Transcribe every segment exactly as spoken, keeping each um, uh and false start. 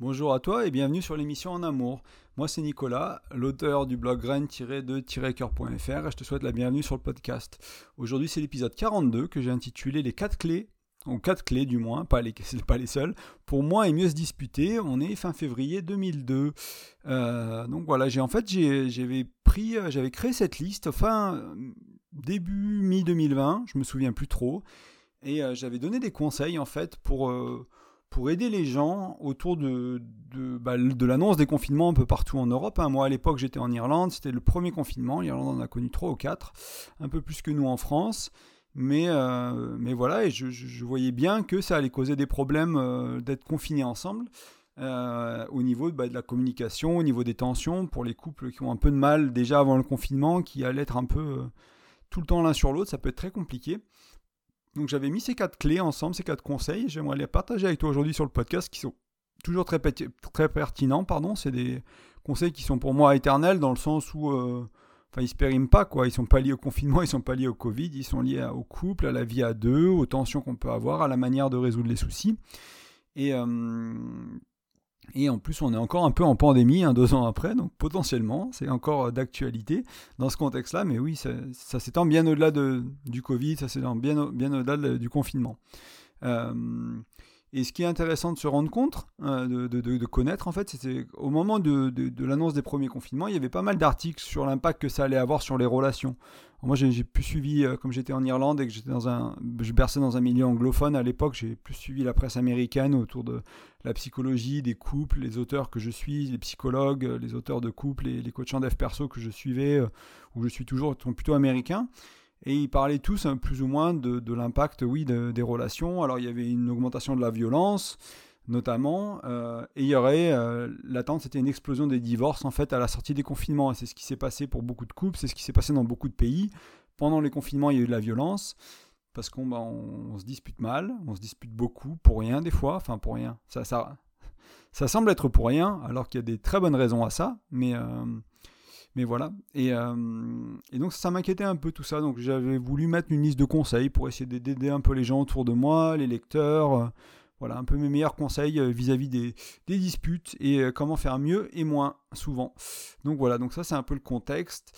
Bonjour à toi et bienvenue sur l'émission En Amour. Moi c'est Nicolas, l'auteur du blog graines de coeur point f r et je te souhaite la bienvenue sur le podcast. Aujourd'hui c'est l'épisode quarante-deux que j'ai intitulé Les quatre clés, ou quatre clés du moins, pas les, c'est pas les seules, pour moins et mieux se disputer. On est fin février deux mille deux. Euh, donc voilà, j'ai en fait j'ai, j'avais pris, j'avais créé cette liste fin début mi deux mille vingt, je me souviens plus trop, et euh, j'avais donné des conseils en fait pour euh, pour aider les gens autour de, de, bah, de l'annonce des confinements un peu partout en Europe. Hein. Moi, à l'époque, j'étais en Irlande, c'était le premier confinement. L'Irlande en a connu trois ou quatre, un peu plus que nous en France. Mais, euh, mais voilà, et je, je voyais bien que ça allait causer des problèmes euh, d'être confinés ensemble. Euh, au niveau bah, de la communication, au niveau des tensions, pour les couples qui ont un peu de mal déjà avant le confinement, qui allaient être un peu euh, tout le temps l'un sur l'autre, ça peut être très compliqué. Donc j'avais mis ces quatre clés ensemble, ces quatre conseils, j'aimerais les partager avec toi aujourd'hui sur le podcast, qui sont toujours très, très pertinents, pardon. C'est des conseils qui sont pour moi éternels, dans le sens où euh, enfin, ils se périment pas, quoi. Ils sont pas liés au confinement, ils sont pas liés au Covid, ils sont liés au couple, à la vie à deux, aux tensions qu'on peut avoir, à la manière de résoudre les soucis. Et... Euh, Et en plus, on est encore un peu en pandémie, hein, deux ans après, donc potentiellement, c'est encore d'actualité dans ce contexte-là. Mais oui, ça, ça s'étend bien au-delà de, du Covid, ça s'étend bien, bien au-delà de, du confinement. Euh, et ce qui est intéressant de se rendre compte, euh, de, de, de, de connaître, en fait, c'est qu'au moment de, de, de l'annonce des premiers confinements, il y avait pas mal d'articles sur l'impact que ça allait avoir sur les relations. Alors moi, j'ai, j'ai plus suivi, euh, comme j'étais en Irlande et que j'étais dans un, je berçais dans un milieu anglophone à l'époque, j'ai plus suivi la presse américaine autour de la psychologie des couples, les auteurs que je suis, les psychologues, les auteurs de couples, les, les coachs en dev perso que je suivais, euh, où je suis toujours, sont plutôt américains. Et ils parlaient tous hein, plus ou moins de, de l'impact oui, de, des relations. Alors il y avait une augmentation de la violence, notamment, euh, et il y aurait, euh, l'attente c'était une explosion des divorces en fait à la sortie des confinements. Et c'est ce qui s'est passé pour beaucoup de couples, c'est ce qui s'est passé dans beaucoup de pays. Pendant les confinements, il y a eu de la violence, parce qu'on bah, on, on se dispute mal, on se dispute beaucoup, pour rien des fois, enfin pour rien. Ça, ça, ça semble être pour rien, alors qu'il y a des très bonnes raisons à ça, mais... Euh, Mais voilà, et, euh, et donc ça m'inquiétait un peu tout ça, donc j'avais voulu mettre une liste de conseils pour essayer d'aider un peu les gens autour de moi, les lecteurs, euh, voilà, un peu mes meilleurs conseils vis-à-vis des, des disputes et euh, comment faire mieux et moins souvent. Donc voilà, donc ça c'est un peu le contexte,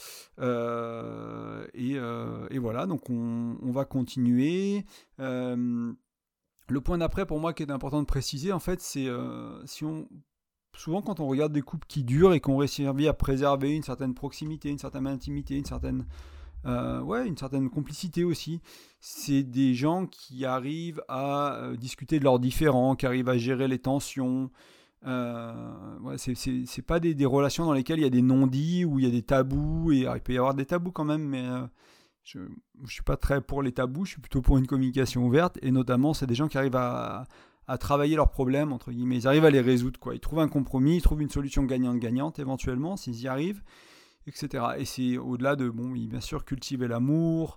euh, et, euh, et voilà, donc on, on va continuer. Euh, le point d'après pour moi qui est important de préciser, en fait, c'est euh, si on... Souvent, quand on regarde des couples qui durent et qui ont réussi à préserver une certaine proximité, une certaine intimité, une certaine, euh, ouais, une certaine complicité aussi, c'est des gens qui arrivent à euh, discuter de leurs différends, qui arrivent à gérer les tensions. Euh, ouais, c'est, c'est, c'est pas des, des relations dans lesquelles il y a des non-dits, où il y a des tabous, et alors, il peut y avoir des tabous quand même, mais euh, je ne suis pas très pour les tabous, je suis plutôt pour une communication ouverte, et notamment, c'est des gens qui arrivent à... à travailler leurs problèmes, entre guillemets. Ils arrivent à les résoudre, quoi. Ils trouvent un compromis, ils trouvent une solution gagnante-gagnante, éventuellement, s'ils y arrivent, et cetera. Et c'est au-delà de, bon, bien sûr, cultiver l'amour,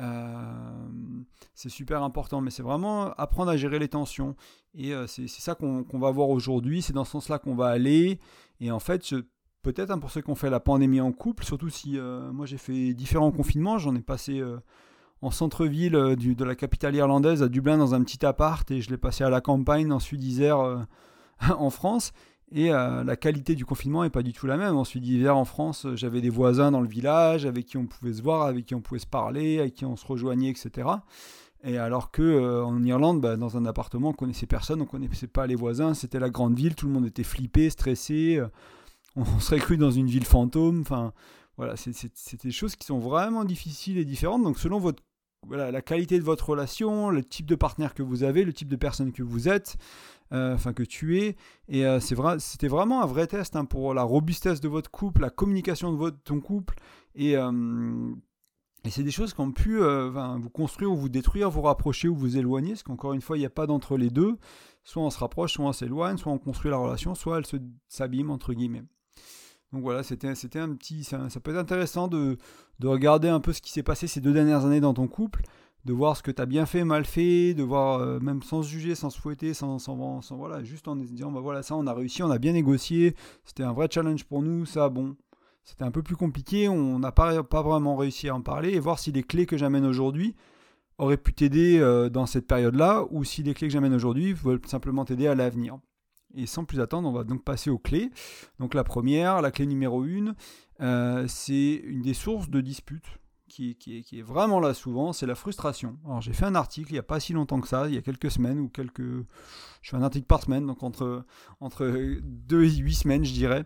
euh, c'est super important, mais c'est vraiment apprendre à gérer les tensions. Et euh, c'est, c'est ça qu'on, qu'on va voir aujourd'hui, c'est dans ce sens-là qu'on va aller. Et en fait, je, peut-être hein, pour ceux qui ont fait la pandémie en couple, surtout si euh, moi j'ai fait différents confinements, j'en ai passé... Euh, en centre-ville euh, du, de la capitale irlandaise, à Dublin, dans un petit appart, et je l'ai passé à la campagne, en Sud-Isère, euh, en France. Et euh, la qualité du confinement n'est pas du tout la même. En Sud-Isère, en France, j'avais des voisins dans le village, avec qui on pouvait se voir, avec qui on pouvait se parler, avec qui on se rejoignait, et cetera. Et alors que euh, en Irlande, bah, dans un appartement, on ne connaissait personne, on ne connaissait pas les voisins, c'était la grande ville, tout le monde était flippé, stressé, euh, on serait cru dans une ville fantôme, enfin... Voilà, c'est, c'est, c'est des choses qui sont vraiment difficiles et différentes. Donc selon votre Voilà, la qualité de votre relation, le type de partenaire que vous avez, le type de personne que vous êtes, euh, enfin que tu es. Et euh, c'est vrai, c'était vraiment un vrai test hein, pour la robustesse de votre couple, la communication de votre, ton couple. Et, euh, et c'est des choses qui ont pu euh, vous construire ou vous détruire, vous rapprocher ou vous éloigner. Parce qu'encore une fois, il n'y a pas d'entre les deux. Soit on se rapproche, soit on s'éloigne, soit on construit la relation, soit elle se, s'abîme, entre guillemets. Donc voilà, c'était, c'était un petit, ça, ça peut être intéressant de, de regarder un peu ce qui s'est passé ces deux dernières années dans ton couple, de voir ce que tu as bien fait, mal fait, de voir euh, même sans se juger, sans se fouetter, sans, sans, sans voilà, juste en se disant bah voilà, ça on a réussi, on a bien négocié, c'était un vrai challenge pour nous, ça bon, c'était un peu plus compliqué, on n'a pas, pas vraiment réussi à en parler, et voir si les clés que j'amène aujourd'hui auraient pu t'aider euh, dans cette période-là, ou si les clés que j'amène aujourd'hui veulent simplement t'aider à l'avenir. Et sans plus attendre, on va donc passer aux clés. Donc la première, la clé numéro une, euh, c'est une des sources de disputes qui, qui, est, qui est vraiment là souvent, c'est la frustration. Alors j'ai fait un article il n'y a pas si longtemps que ça, il y a quelques semaines, ou quelques... Je fais un article par semaine, donc entre, entre deux et huit semaines, je dirais.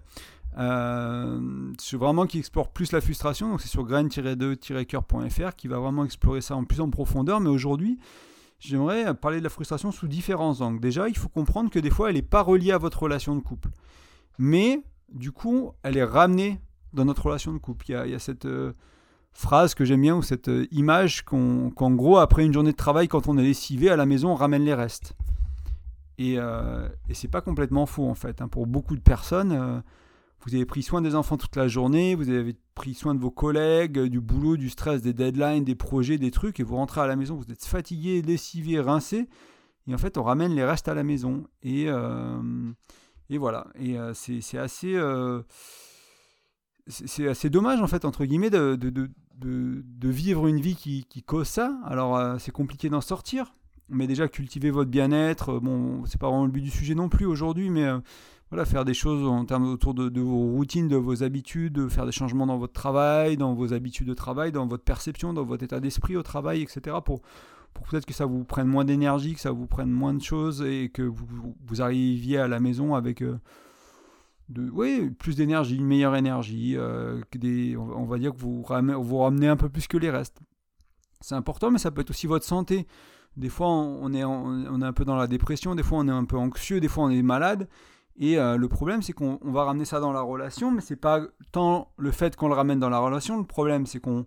Euh, c'est vraiment qui explore plus la frustration, donc c'est sur grain tiret deux tiret cœur point f r qui va vraiment explorer ça en plus en profondeur. Mais aujourd'hui, j'aimerais parler de la frustration sous différents angles. Déjà, il faut comprendre que des fois, elle n'est pas reliée à votre relation de couple. Mais, du coup, elle est ramenée dans notre relation de couple. Il y a, il y a cette euh, phrase que j'aime bien, ou cette euh, image qu'on, qu'en gros, après une journée de travail, quand on est lessivé, à la maison, on ramène les restes. Et, euh, et c'est pas complètement faux, en fait. Hein. Pour beaucoup de personnes, euh, vous avez pris soin des enfants toute la journée, vous avez pris soin de vos collègues, du boulot, du stress, des deadlines, des projets, des trucs, et vous rentrez à la maison, vous êtes fatigué, lessivé, rincé, et en fait on ramène les restes à la maison. Et, euh, et voilà, et euh, c'est, c'est, assez, euh, c'est, c'est assez dommage en fait, entre guillemets, de, de, de, de, de vivre une vie qui, qui cause ça. Alors euh, c'est compliqué d'en sortir, mais déjà cultiver votre bien-être, bon, c'est pas vraiment le but du sujet non plus aujourd'hui, mais... Euh, Voilà, faire des choses en termes autour de, de vos routines, de vos habitudes, faire des changements dans votre travail, dans vos habitudes de travail, dans votre perception, dans votre état d'esprit au travail, et cetera. Pour, pour peut-être que ça vous prenne moins d'énergie, que ça vous prenne moins de choses et que vous, vous arriviez à la maison avec euh, de, ouais, plus d'énergie, une meilleure énergie, euh, que des, on va dire que vous ramenez, vous ramenez un peu plus que les restes. C'est important, mais ça peut être aussi votre santé. Des fois, on est, on est un peu dans la dépression, des fois on est un peu anxieux, des fois on est malade. Et euh, le problème, c'est qu'on on va ramener ça dans la relation, mais c'est pas tant le fait qu'on le ramène dans la relation. Le problème, c'est qu'on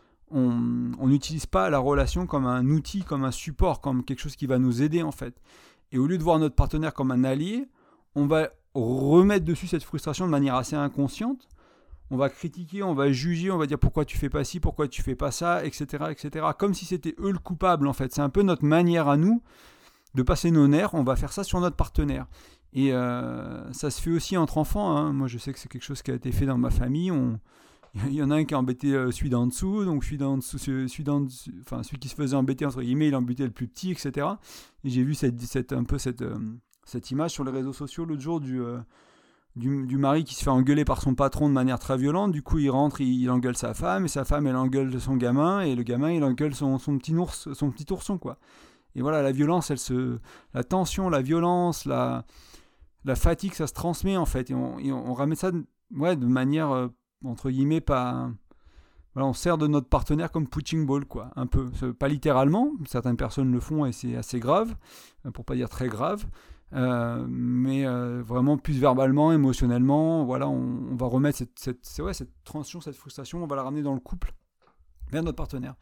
on n'utilise pas la relation comme un outil, comme un support, comme quelque chose qui va nous aider en fait. Et au lieu de voir notre partenaire comme un allié, on va remettre dessus cette frustration de manière assez inconsciente. On va critiquer, on va juger, on va dire pourquoi tu fais pas ci, pourquoi tu fais pas ça, et cetera, et cetera. Comme si c'était eux le coupable en fait. C'est un peu notre manière à nous de passer nos nerfs. On va faire ça sur notre partenaire. Et euh, ça se fait aussi entre enfants. Hein. Moi, je sais que c'est quelque chose qui a été fait dans ma famille. On... Il y en a un qui a embêté euh, celui d'en dessous, donc celui d'en dessous, celui, d'en dessous, enfin, celui qui se faisait embêter, entre guillemets, il embêtait le plus petit, et cetera. Et j'ai vu cette, cette, un peu cette, euh, cette image sur les réseaux sociaux l'autre jour du, euh, du, du mari qui se fait engueuler par son patron de manière très violente. Du coup, il rentre, il, il engueule sa femme, et sa femme, elle engueule son gamin, et le gamin, il engueule son, son, petit, ours, son petit ourson, quoi. Et voilà, la violence, elle se... La tension, la violence, la... La fatigue, ça se transmet en fait, et on, et on ramène ça de, ouais, de manière, euh, entre guillemets, pas... Voilà, on sert de notre partenaire comme punching ball, quoi, un peu. Pas littéralement, certaines personnes le font et c'est assez grave, pour pas dire très grave, euh, mais euh, vraiment plus verbalement, émotionnellement, voilà, on, on va remettre cette, cette, c'est, ouais, cette tension, cette frustration, on va la ramener dans le couple, vers notre partenaire.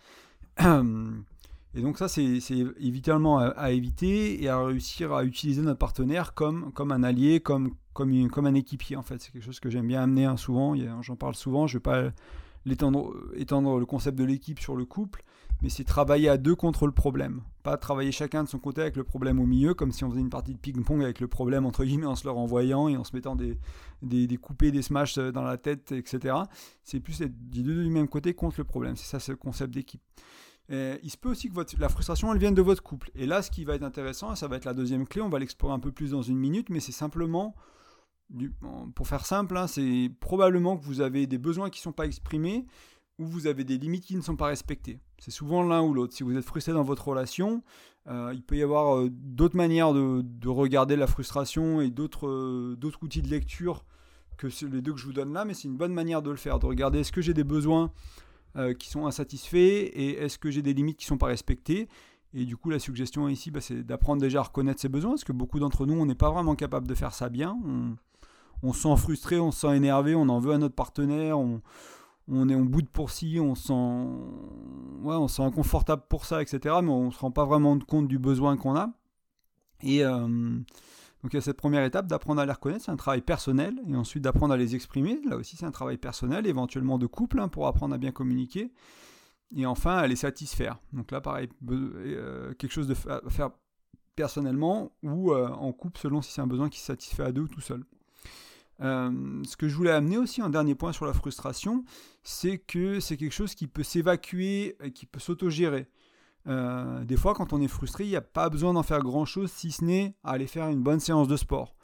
Et donc ça, c'est, c'est évidemment à, à éviter et à réussir à utiliser notre partenaire comme, comme un allié, comme, comme, une, comme un équipier, en fait. C'est quelque chose que j'aime bien amener hein, souvent, il y a, j'en parle souvent, je ne vais pas l'étendre, étendre le concept de l'équipe sur le couple, mais c'est travailler à deux contre le problème. Pas travailler chacun de son côté avec le problème au milieu, comme si on faisait une partie de ping-pong avec le problème, entre guillemets, en se le renvoyant et en se mettant des, des, des coupés, des smashs dans la tête, et cetera. C'est plus les deux du même côté contre le problème. C'est ça, c'est le concept d'équipe. Euh, il se peut aussi que votre, la frustration elle vienne de votre couple. Et là, ce qui va être intéressant, ça va être la deuxième clé, on va l'explorer un peu plus dans une minute, mais c'est simplement, du, pour faire simple, hein, c'est probablement que vous avez des besoins qui ne sont pas exprimés ou vous avez des limites qui ne sont pas respectées. C'est souvent l'un ou l'autre. Si vous êtes frustré dans votre relation, euh, il peut y avoir euh, d'autres manières de, de regarder la frustration et d'autres, euh, d'autres outils de lecture que les deux que je vous donne là, mais c'est une bonne manière de le faire, de regarder est-ce que j'ai des besoins Euh, qui sont insatisfaits et est-ce que j'ai des limites qui ne sont pas respectées. Et du coup la suggestion ici bah, c'est d'apprendre déjà à reconnaître ses besoins parce que beaucoup d'entre nous on n'est pas vraiment capable de faire ça bien, on, on se sent frustré, on se sent énervé, on en veut à notre partenaire, on, on est en bout de pourci, on se sent, ouais, on se sent inconfortable pour ça, etc. Mais on ne se rend pas vraiment compte du besoin qu'on a. Et euh, donc il y a cette première étape d'apprendre à les reconnaître, c'est un travail personnel, et ensuite d'apprendre à les exprimer, là aussi c'est un travail personnel, éventuellement de couple, hein, pour apprendre à bien communiquer, et enfin à les satisfaire. Donc là pareil, euh, quelque chose de fa- à faire personnellement, ou euh, en couple selon si c'est un besoin qui se satisfait à deux ou tout seul. Euh, ce que je voulais amener aussi, un dernier point sur la frustration, c'est que c'est quelque chose qui peut s'évacuer, et qui peut s'autogérer. Euh, des fois, quand on est frustré, il n'y a pas besoin d'en faire grand-chose, si ce n'est aller faire une bonne séance de sport.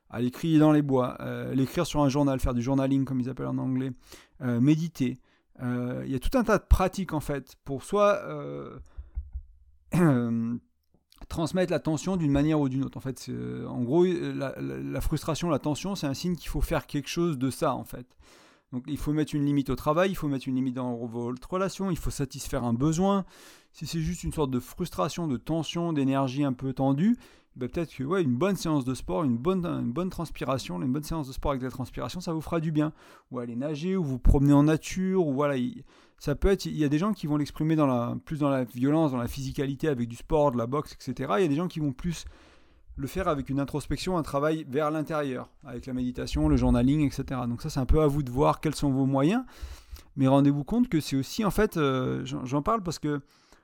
aller crier dans les bois, euh, l'écrire sur un journal, faire du journaling comme ils appellent en anglais, euh, méditer. Euh, il y a tout un tas de pratiques en fait pour soit euh, euh, transmettre la tension d'une manière ou d'une autre. En fait, c'est, en gros, la, la, la frustration, la tension, c'est un signe qu'il faut faire quelque chose de ça en fait. Donc il faut mettre une limite au travail, il faut mettre une limite dans votre relation, il faut satisfaire un besoin. Si c'est juste une sorte de frustration, de tension, d'énergie un peu tendue, ben peut-être que ouais, une bonne séance de sport, une bonne, une bonne transpiration, une bonne séance de sport avec de la transpiration, ça vous fera du bien. Ou aller nager, ou vous promener en nature, ou voilà. Il, ça peut être, il y a des gens qui vont l'exprimer dans la, plus dans la violence, dans la physicalité, avec du sport, de la boxe, et cetera. Il y a des gens qui vont plus le faire avec une introspection, un travail vers l'intérieur, avec la méditation, le journaling, et cetera. Donc ça, c'est un peu à vous de voir quels sont vos moyens. Mais rendez-vous compte que c'est aussi, en fait, euh, j'en, j'en parle parce que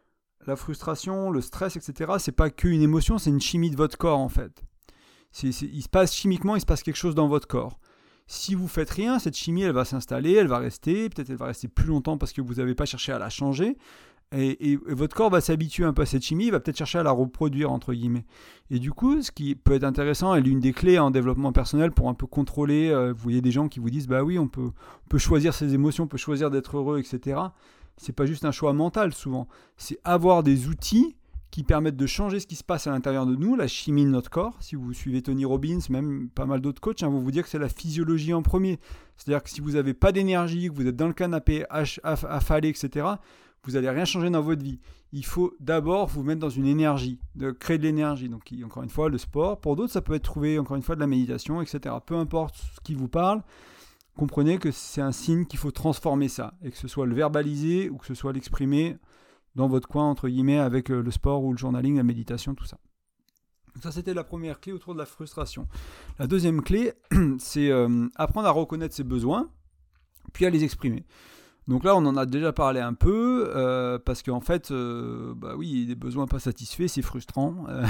la frustration, le stress, et cetera, c'est pas qu'une émotion, c'est une chimie de votre corps, en fait. C'est, c'est, il se passe chimiquement, il se passe quelque chose dans votre corps. Si vous faites rien, cette chimie, elle va s'installer, elle va rester, peut-être elle va rester plus longtemps parce que vous n'avez pas cherché à la changer. Et, et, et votre corps va s'habituer un peu à cette chimie, il va peut-être chercher à la reproduire, entre guillemets. Et du coup, ce qui peut être intéressant, et l'une des clés en développement personnel pour un peu contrôler, euh, vous voyez des gens qui vous disent, bah oui, on peut, on peut choisir ses émotions, on peut choisir d'être heureux, et cetera. C'est pas juste un choix mental, souvent. C'est avoir des outils qui permettent de changer ce qui se passe à l'intérieur de nous, la chimie de notre corps. Si vous suivez Tony Robbins, même pas mal d'autres coachs, hein, vont vous dire que c'est la physiologie en premier. C'est-à-dire que si vous n'avez pas d'énergie, que vous êtes dans le canapé, affalé, et cetera, vous n'allez rien changer dans votre vie. Il faut d'abord vous mettre dans une énergie, de créer de l'énergie. Donc, encore une fois, le sport. Pour d'autres, ça peut être trouver, encore une fois, de la méditation, et cetera. Peu importe ce qui vous parle, comprenez que c'est un signe qu'il faut transformer ça. Et que ce soit le verbaliser ou que ce soit l'exprimer dans votre coin, entre guillemets, avec le sport ou le journaling, la méditation, tout ça. Donc ça, c'était la première clé autour de la frustration. La deuxième clé, c'est euh, apprendre à reconnaître ses besoins, puis à les exprimer. Donc là, on en a déjà parlé un peu, euh, parce qu'en fait, euh, bah oui, des besoins pas satisfaits, c'est frustrant. Euh,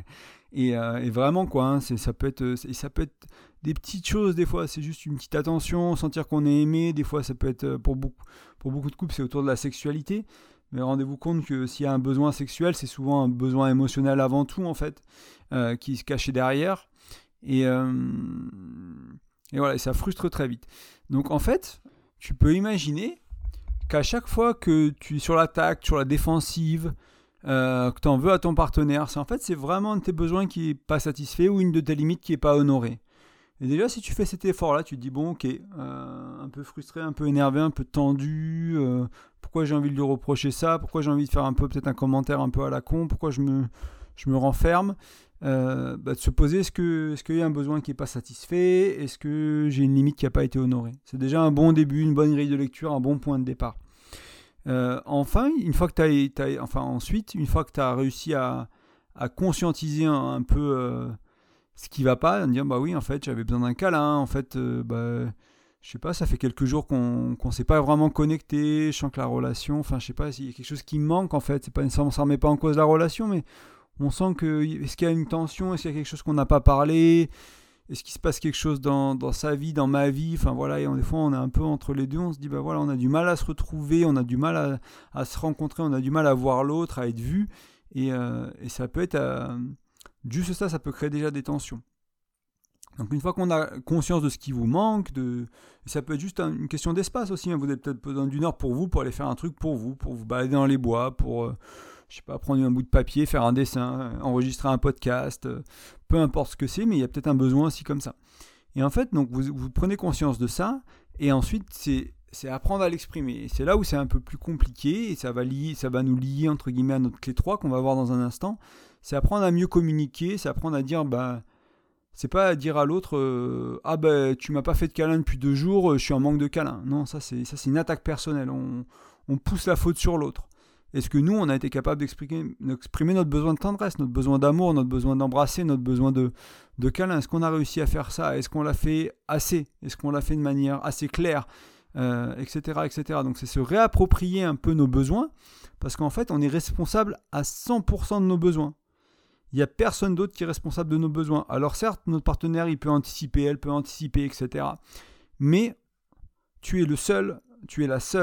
et, euh, et vraiment, quoi, hein, c'est, ça, peut être, c'est, ça peut être des petites choses, des fois, c'est juste une petite attention, sentir qu'on est aimé. Des fois, ça peut être, pour beaucoup, pour beaucoup de couples, c'est autour de la sexualité. Mais rendez-vous compte que s'il y a un besoin sexuel, c'est souvent un besoin émotionnel avant tout, en fait, euh, qui se cachait derrière. Et, euh, et voilà, et ça frustre très vite. Donc, en fait, tu peux imaginer qu'à chaque fois que tu es sur l'attaque, sur la défensive, euh, que tu en veux à ton partenaire, c'est en fait c'est vraiment un de tes besoins qui n'est pas satisfait ou une de tes limites qui n'est pas honorée. Et déjà, si tu fais cet effort-là, tu te dis, bon, ok, euh, un peu frustré, un peu énervé, un peu tendu, euh, pourquoi j'ai envie de lui reprocher ça, pourquoi j'ai envie de faire un peu, peut-être un commentaire un peu à la con, pourquoi je me, je me renferme, euh, bah, de se poser, est-ce, que, est-ce qu'il y a un besoin qui n'est pas satisfait, est-ce que j'ai une limite qui n'a pas été honorée. C'est déjà un bon début, une bonne grille de lecture, un bon point de départ. Euh, enfin, une fois que t'as, t'as, enfin ensuite, une fois que tu as réussi à, à conscientiser un, un peu euh, ce qui va pas, dire bah oui, en fait, j'avais besoin d'un câlin, en fait, euh, bah, je sais pas, ça fait quelques jours qu'on qu'on s'est pas vraiment connecté, je sens que la relation, enfin, je sais pas, s'il y a quelque chose qui me manque, en fait, c'est pas nécessairement, ça remet pas en cause la relation, mais on sent que, est-ce qu'il y a une tension, est-ce qu'il y a quelque chose qu'on n'a pas parlé, est-ce qu'il se passe quelque chose dans, dans sa vie, dans ma vie, enfin voilà, et on, des fois on est un peu entre les deux, on se dit bah voilà, on a du mal à se retrouver, on a du mal à, à se rencontrer, on a du mal à voir l'autre, à être vu, et, euh, et ça peut être, euh, juste ça, ça peut créer déjà des tensions. Donc une fois qu'on a conscience de ce qui vous manque, de, ça peut être juste un, une question d'espace aussi, hein. Vous avez peut-être besoin d'une heure pour vous, pour aller faire un truc pour vous, pour vous balader dans les bois, pour... Euh, je sais pas, prendre un bout de papier, faire un dessin, enregistrer un podcast, euh, peu importe ce que c'est, mais il y a peut-être un besoin aussi comme ça. Et en fait, donc vous, vous prenez conscience de ça, et ensuite c'est, c'est apprendre à l'exprimer. Et c'est là où c'est un peu plus compliqué, et ça va, lier, ça va nous lier entre guillemets à notre clé trois qu'on va voir dans un instant. C'est apprendre à mieux communiquer, c'est apprendre à dire, bah, c'est pas à dire à l'autre, euh, ah ben bah, tu m'as pas fait de câlin depuis deux jours, je suis en manque de câlin. Non, ça c'est, ça c'est une attaque personnelle, on, on pousse la faute sur l'autre. Est-ce que nous, on a été capable d'exprimer, d'exprimer notre besoin de tendresse, notre besoin d'amour, notre besoin d'embrasser, notre besoin de, de câlin? Est-ce qu'on a réussi à faire ça? Est-ce qu'on l'a fait assez? Est-ce qu'on l'a fait de manière assez claire, euh, et cetera, et cetera. Donc c'est se réapproprier un peu nos besoins, parce qu'en fait, on est responsable à cent pour cent de nos besoins. Il n'y a personne d'autre qui est responsable de nos besoins. Alors certes, notre partenaire, il peut anticiper, elle peut anticiper, et cetera. Mais tu es le seul, tu es la seule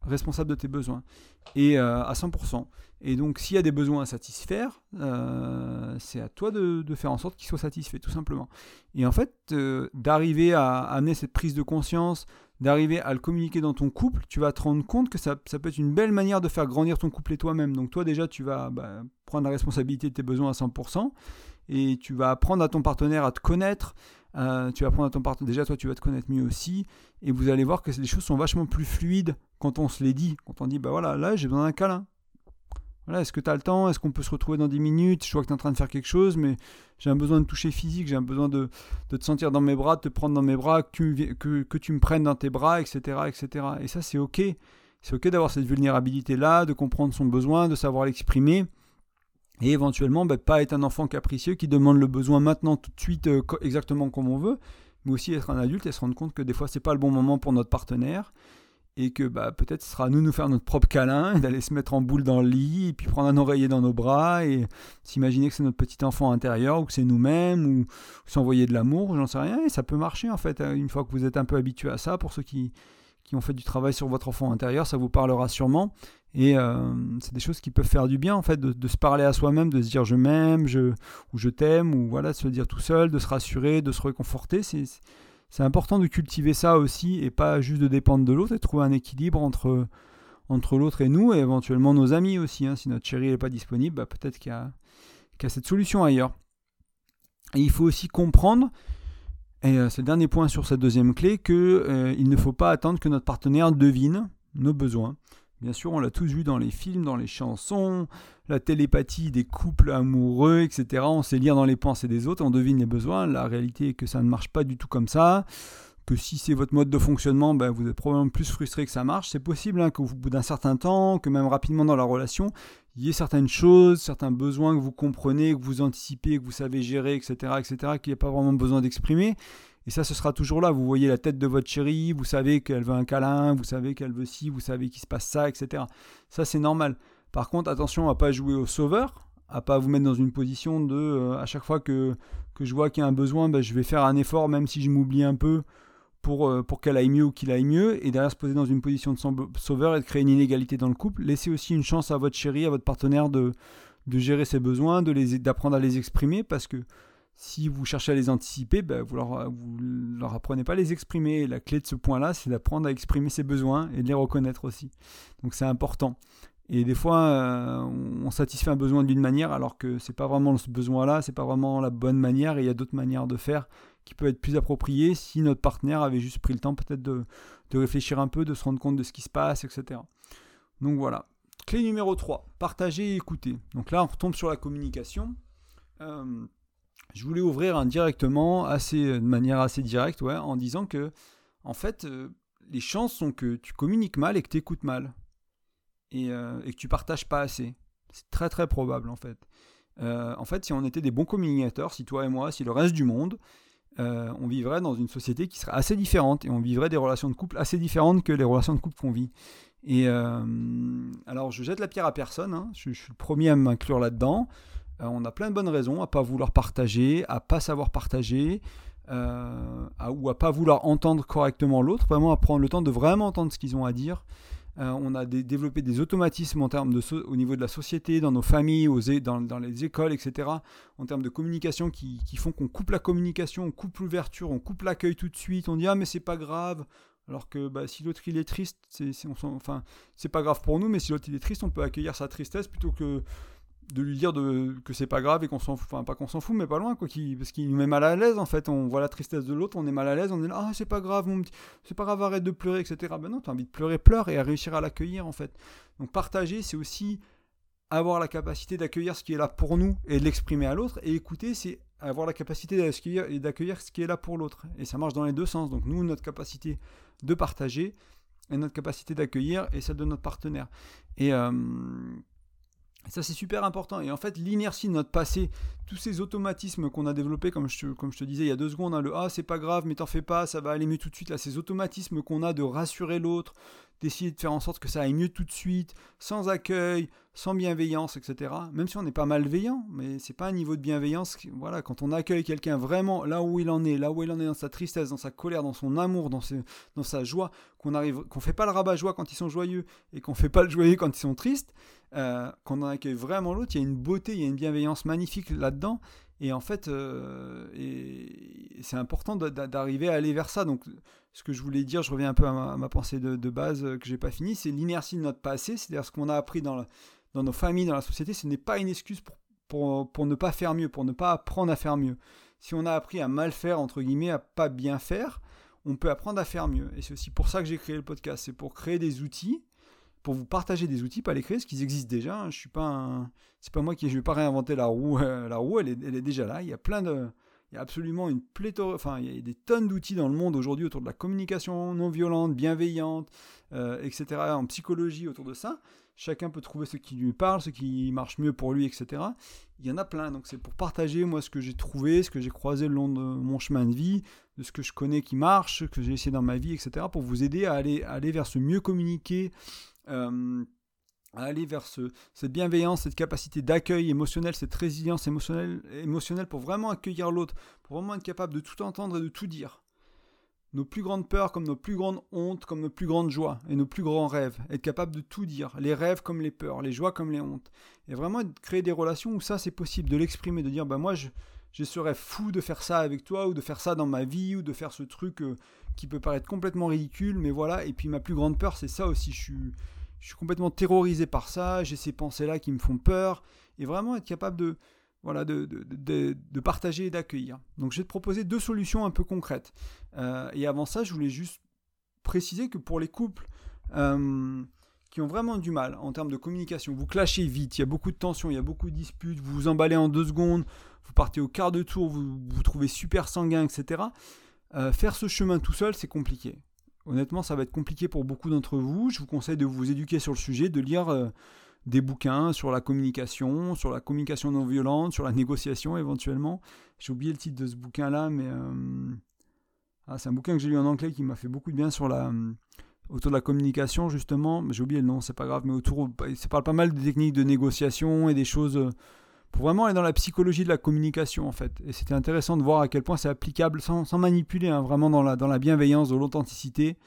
responsable de tes besoins, et euh, à cent pour cent. Et donc, s'il y a des besoins à satisfaire, euh, c'est à toi de, de faire en sorte qu'ils soient satisfaits, tout simplement. Et en fait, euh, d'arriver à, à amener cette prise de conscience, d'arriver à le communiquer dans ton couple, tu vas te rendre compte que ça, ça peut être une belle manière de faire grandir ton couple et toi-même. Donc toi, déjà, tu vas bah, prendre la responsabilité de tes besoins à cent pour cent, et tu vas apprendre à ton partenaire à te connaître. Euh, tu vas apprendre à ton partenaire, déjà toi tu vas te connaître mieux aussi, et vous allez voir que les choses sont vachement plus fluides quand on se les dit, quand on dit bah voilà, là j'ai besoin d'un câlin, voilà, est-ce que tu as le temps, est-ce qu'on peut se retrouver dans dix minutes, je vois que tu es en train de faire quelque chose, mais j'ai un besoin de toucher physique, j'ai un besoin de, de te sentir dans mes bras, de te prendre dans mes bras, que tu, que, que tu me prennes dans tes bras, etc., etc. Et ça c'est ok, c'est ok d'avoir cette vulnérabilité là, de comprendre son besoin, de savoir l'exprimer. Et éventuellement, bah, pas être un enfant capricieux qui demande le besoin maintenant, tout de suite, euh, exactement comme on veut, mais aussi être un adulte et se rendre compte que des fois, c'est pas le bon moment pour notre partenaire, et que bah, peut-être ce sera à nous de nous faire notre propre câlin, et d'aller se mettre en boule dans le lit, et puis prendre un oreiller dans nos bras, et s'imaginer que c'est notre petit enfant intérieur, ou que c'est nous-mêmes, ou, ou s'envoyer de l'amour, j'en sais rien, et ça peut marcher en fait, une fois que vous êtes un peu habitué à ça, pour ceux qui, qui ont fait du travail sur votre enfant intérieur, ça vous parlera sûrement. Et euh, c'est des choses qui peuvent faire du bien en fait, de, de se parler à soi-même, de se dire je m'aime, je, ou je t'aime, ou voilà, de se le dire tout seul, de se rassurer, de se réconforter. C'est, c'est important de cultiver ça aussi, et pas juste de dépendre de l'autre, et de trouver un équilibre entre, entre l'autre et nous, et éventuellement nos amis aussi. Hein. Si notre chérie n'est pas disponible, bah, peut-être qu'il y a, qu'il y a cette solution ailleurs. Et il faut aussi comprendre, et euh, c'est le dernier point sur cette deuxième clé, qu'il euh, ne faut pas attendre que notre partenaire devine nos besoins. Bien sûr, on l'a tous vu dans les films, dans les chansons, la télépathie des couples amoureux, et cetera. On sait lire dans les pensées des autres, on devine les besoins. La réalité est que ça ne marche pas du tout comme ça, que si c'est votre mode de fonctionnement, ben vous êtes probablement plus frustré que ça marche. C'est possible hein, qu'au bout d'un certain temps, que même rapidement dans la relation, il y ait certaines choses, certains besoins que vous comprenez, que vous anticipez, que vous savez gérer, et cetera, et cetera, qu'il n'y a pas vraiment besoin d'exprimer. Et ça, ce sera toujours là. Vous voyez la tête de votre chérie, vous savez qu'elle veut un câlin, vous savez qu'elle veut ci, vous savez qu'il se passe ça, et cetera. Ça, c'est normal. Par contre, attention à ne pas jouer au sauveur, à ne pas vous mettre dans une position de, euh, à chaque fois que, que je vois qu'il y a un besoin, ben, je vais faire un effort, même si je m'oublie un peu, pour, euh, pour qu'elle aille mieux ou qu'il aille mieux, et derrière se poser dans une position de sauveur et de créer une inégalité dans le couple. Laissez aussi une chance à votre chérie, à votre partenaire de, de gérer ses besoins, de les, d'apprendre à les exprimer, parce que si vous cherchez à les anticiper, ben vous leur, vous leur apprenez pas à les exprimer. Et la clé de ce point-là, c'est d'apprendre à exprimer ses besoins et de les reconnaître aussi. Donc c'est important. Et des fois, euh, on satisfait un besoin d'une manière alors que c'est pas vraiment ce besoin-là, c'est pas vraiment la bonne manière, et il y a d'autres manières de faire qui peuvent être plus appropriées si notre partenaire avait juste pris le temps peut-être de, de réfléchir un peu, de se rendre compte de ce qui se passe, et cetera. Donc voilà. Clé numéro trois, partager et écouter. Donc là, on retombe sur la communication. Euh, Je voulais ouvrir indirectement, assez, de manière assez directe, ouais, en disant que, en fait, euh, les chances sont que tu communiques mal et que tu écoutes mal. Et, euh, et que tu partages pas assez. C'est très très probable, en fait. Euh, en fait, si on était des bons communicateurs, si toi et moi, si le reste du monde, euh, on vivrait dans une société qui serait assez différente, et on vivrait des relations de couple assez différentes que les relations de couple qu'on vit. Et euh, alors, je jette la pierre à personne, hein, je, je suis le premier à m'inclure là-dedans. Euh, on a plein de bonnes raisons à ne pas vouloir partager, à ne pas savoir partager, euh, à, ou à ne pas vouloir entendre correctement l'autre, vraiment à prendre le temps de vraiment entendre ce qu'ils ont à dire. Euh, on a des, développé des automatismes en termes de so- au niveau de la société, dans nos familles, aux é- dans, dans les écoles, et cetera, en termes de communication qui, qui font qu'on coupe la communication, on coupe l'ouverture, on coupe l'accueil tout de suite, on dit « Ah mais c'est pas grave », alors que bah, si l'autre il est triste, c'est, c'est, on enfin, c'est pas grave pour nous, mais si l'autre il est triste, on peut accueillir sa tristesse plutôt que de lui dire de, que c'est pas grave et qu'on s'en fout, enfin pas qu'on s'en fout mais pas loin quoi, qui, parce qu'il nous met mal à l'aise en fait, on voit la tristesse de l'autre, on est mal à l'aise, on est là, ah c'est pas grave mon petit, c'est pas grave, arrête de pleurer, etc. Ben non, t'as envie de pleurer, pleure, et à réussir à l'accueillir en fait. Donc partager, c'est aussi avoir la capacité d'accueillir ce qui est là pour nous et de l'exprimer à l'autre, et écouter, c'est avoir la capacité d'accueillir, et d'accueillir ce qui est là pour l'autre, et ça marche dans les deux sens. Donc nous, notre capacité de partager et notre capacité d'accueillir et celle de notre partenaire, et euh, Et ça, c'est super important. Et en fait, l'inertie de notre passé, tous ces automatismes qu'on a développés, comme je, te, comme je te disais il y a deux secondes, hein, le « ah, c'est pas grave, mais t'en fais pas, ça va aller mieux tout de suite », là, ces automatismes qu'on a de rassurer l'autre, d'essayer de faire en sorte que ça aille mieux tout de suite, sans accueil, sans bienveillance, et cetera. Même si on n'est pas malveillant, mais c'est pas un niveau de bienveillance. Voilà, quand on accueille quelqu'un vraiment là où il en est, là où il en est dans sa tristesse, dans sa colère, dans son amour, dans, ses, dans sa joie, qu'on arrive, qu'on fait pas le rabat-joie quand ils sont joyeux et qu'on fait pas le joyeux quand ils sont tristes, euh, quand on accueille vraiment l'autre, il y a une beauté, il y a une bienveillance magnifique là-dedans. Et en fait, euh, et c'est important d'arriver à aller vers ça. Donc, ce que je voulais dire, je reviens un peu à ma, à ma pensée de, de base que j'ai pas fini, c'est l'inertie de notre passé, c'est-à-dire ce qu'on a appris dans, la, dans nos familles, dans la société, ce n'est pas une excuse pour, pour, pour ne pas faire mieux, pour ne pas apprendre à faire mieux. Si on a appris à mal faire, entre guillemets, à pas bien faire, on peut apprendre à faire mieux. Et c'est aussi pour ça que j'ai créé le podcast, c'est pour créer des outils, pour vous partager des outils, pas les créer, parce qu'ils existent déjà. Hein. Je suis pas un... C'est pas moi qui... Je vais pas réinventer la roue. Euh, la roue, elle est, elle est déjà là. Il y a plein de... Il y a absolument une pléthore... Enfin, il y a des tonnes d'outils dans le monde aujourd'hui autour de la communication non violente, bienveillante, euh, et cetera. En psychologie, autour de ça. Chacun peut trouver ce qui lui parle, ce qui marche mieux pour lui, et cetera. Il y en a plein. Donc, c'est pour partager, moi, ce que j'ai trouvé, ce que j'ai croisé le long de mon chemin de vie, de ce que je connais qui marche, ce que j'ai essayé dans ma vie, et cetera. Pour vous aider à aller, à aller vers ce mieux communiquer, Euh, à aller vers ce, cette bienveillance, cette capacité d'accueil émotionnel, cette résilience émotionnelle, émotionnelle pour vraiment accueillir l'autre, pour vraiment être capable de tout entendre et de tout dire. Nos plus grandes peurs comme nos plus grandes hontes, comme nos plus grandes joies et nos plus grands rêves. Être capable de tout dire, les rêves comme les peurs, les joies comme les hontes. Et vraiment créer des relations où ça c'est possible, de l'exprimer, de dire bah moi je, je serais fou de faire ça avec toi ou de faire ça dans ma vie ou de faire ce truc euh, qui peut paraître complètement ridicule, mais voilà. Et puis ma plus grande peur c'est ça aussi, je suis... Je suis complètement terrorisé par ça, j'ai ces pensées-là qui me font peur, et vraiment être capable de, voilà, de, de, de, de partager et d'accueillir. Donc je vais te proposer deux solutions un peu concrètes. Euh, et avant ça, je voulais juste préciser que pour les couples euh, qui ont vraiment du mal en termes de communication, vous clashez vite, il y a beaucoup de tensions, il y a beaucoup de disputes, vous vous emballez en deux secondes, vous partez au quart de tour, vous vous trouvez super sanguin, et cetera. Euh, faire ce chemin tout seul, c'est compliqué. Honnêtement, ça va être compliqué pour beaucoup d'entre vous. Je vous conseille de vous éduquer sur le sujet, de lire euh, des bouquins sur la communication, sur la communication non violente, sur la négociation éventuellement. J'ai oublié le titre de ce bouquin-là, mais euh... ah, c'est un bouquin que j'ai lu en anglais qui m'a fait beaucoup de bien sur la, euh, autour de la communication, justement. J'ai oublié le nom, c'est pas grave, mais autour, ça parle pas mal des techniques de négociation et des choses... Euh, pour vraiment aller dans la psychologie de la communication en fait. Et c'était intéressant de voir à quel point c'est applicable sans, sans manipuler, hein, vraiment dans la, dans la bienveillance, de l'authenticité,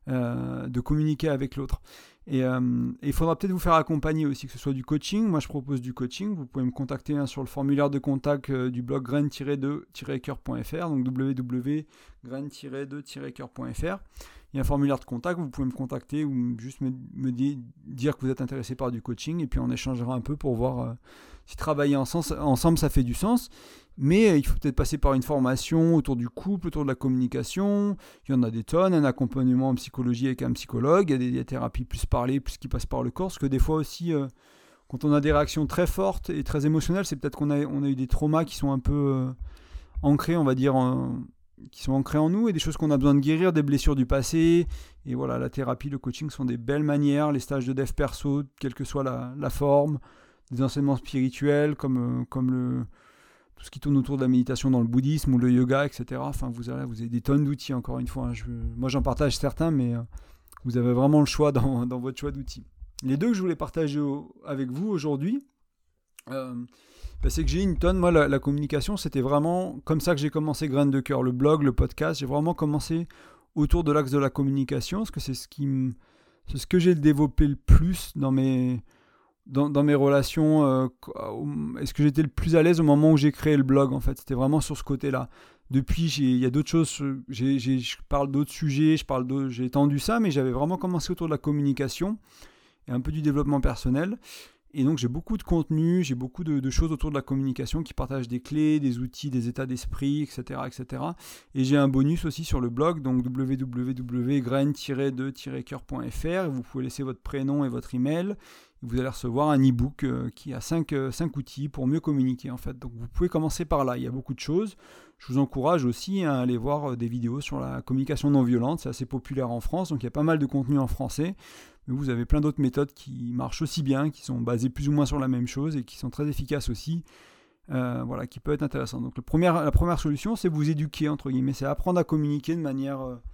euh, de communiquer avec l'autre. Et euh, il faudra peut-être vous faire accompagner aussi, que ce soit du coaching. Moi je propose du coaching, vous pouvez me contacter hein, sur le formulaire de contact euh, du blog graine tiret deux tiret cœur point f r, donc w w w point graine tiret deux tiret cœur point f r. Il y a un formulaire de contact, vous pouvez me contacter ou juste me, me di- dire que vous êtes intéressé par du coaching et puis on échangera un peu pour voir euh, si travailler ensemble, ensemble ça fait du sens. Mais euh, il faut peut-être passer par une formation autour du couple, autour de la communication. Il y en a des tonnes, un accompagnement en psychologie avec un psychologue, il y a des, des thérapies plus parlées, plus qui passent par le corps, parce que des fois aussi, euh, quand on a des réactions très fortes et très émotionnelles, c'est peut-être qu'on a, on a eu des traumas qui sont un peu euh, ancrés, on va dire, en, qui sont ancrés en nous et des choses qu'on a besoin de guérir, des blessures du passé. Et voilà, la thérapie, le coaching sont des belles manières, les stages de dev perso, quelle que soit la, la forme, des enseignements spirituels comme, comme le, tout ce qui tourne autour de la méditation dans le bouddhisme ou le yoga, et cetera. Enfin, vous avez, vous avez des tonnes d'outils, encore une fois. Hein. Je, moi, j'en partage certains, mais euh, vous avez vraiment le choix dans, dans votre choix d'outils. Les deux que je voulais partager au, avec vous aujourd'hui, euh, ben c'est que j'ai une tonne. Moi, la, la communication, c'était vraiment comme ça que j'ai commencé Graines de Cœur, le blog, le podcast. J'ai vraiment commencé autour de l'axe de la communication, parce que c'est ce qui me, c'est ce que j'ai développé le plus dans mes, dans, dans mes relations. Euh, est-ce que j'étais le plus à l'aise au moment où j'ai créé le blog, en fait. C'était vraiment sur ce côté-là. Depuis, il y a d'autres choses. J'ai, j'ai, je parle d'autres sujets, je parle d'autres, j'ai étendu ça, mais j'avais vraiment commencé autour de la communication et un peu du développement personnel. Et donc j'ai beaucoup de contenu, j'ai beaucoup de, de choses autour de la communication qui partagent des clés, des outils, des états d'esprit, et cetera, et cetera. Et j'ai un bonus aussi sur le blog, donc w w w point graine tiret deux tiret cœur point f r. Vous pouvez laisser votre prénom et votre email. Vous allez recevoir un e-book euh, qui a cinq outils pour mieux communiquer en fait. Donc vous pouvez commencer par là, il y a beaucoup de choses. Je vous encourage aussi à aller voir des vidéos sur la communication non violente, c'est assez populaire en France, donc il y a pas mal de contenu en français. Mais vous avez plein d'autres méthodes qui marchent aussi bien, qui sont basées plus ou moins sur la même chose et qui sont très efficaces aussi, euh, voilà, qui peuvent être intéressantes. Donc le premier, la première solution, c'est vous éduquer, entre guillemets, c'est apprendre à communiquer de manière euh,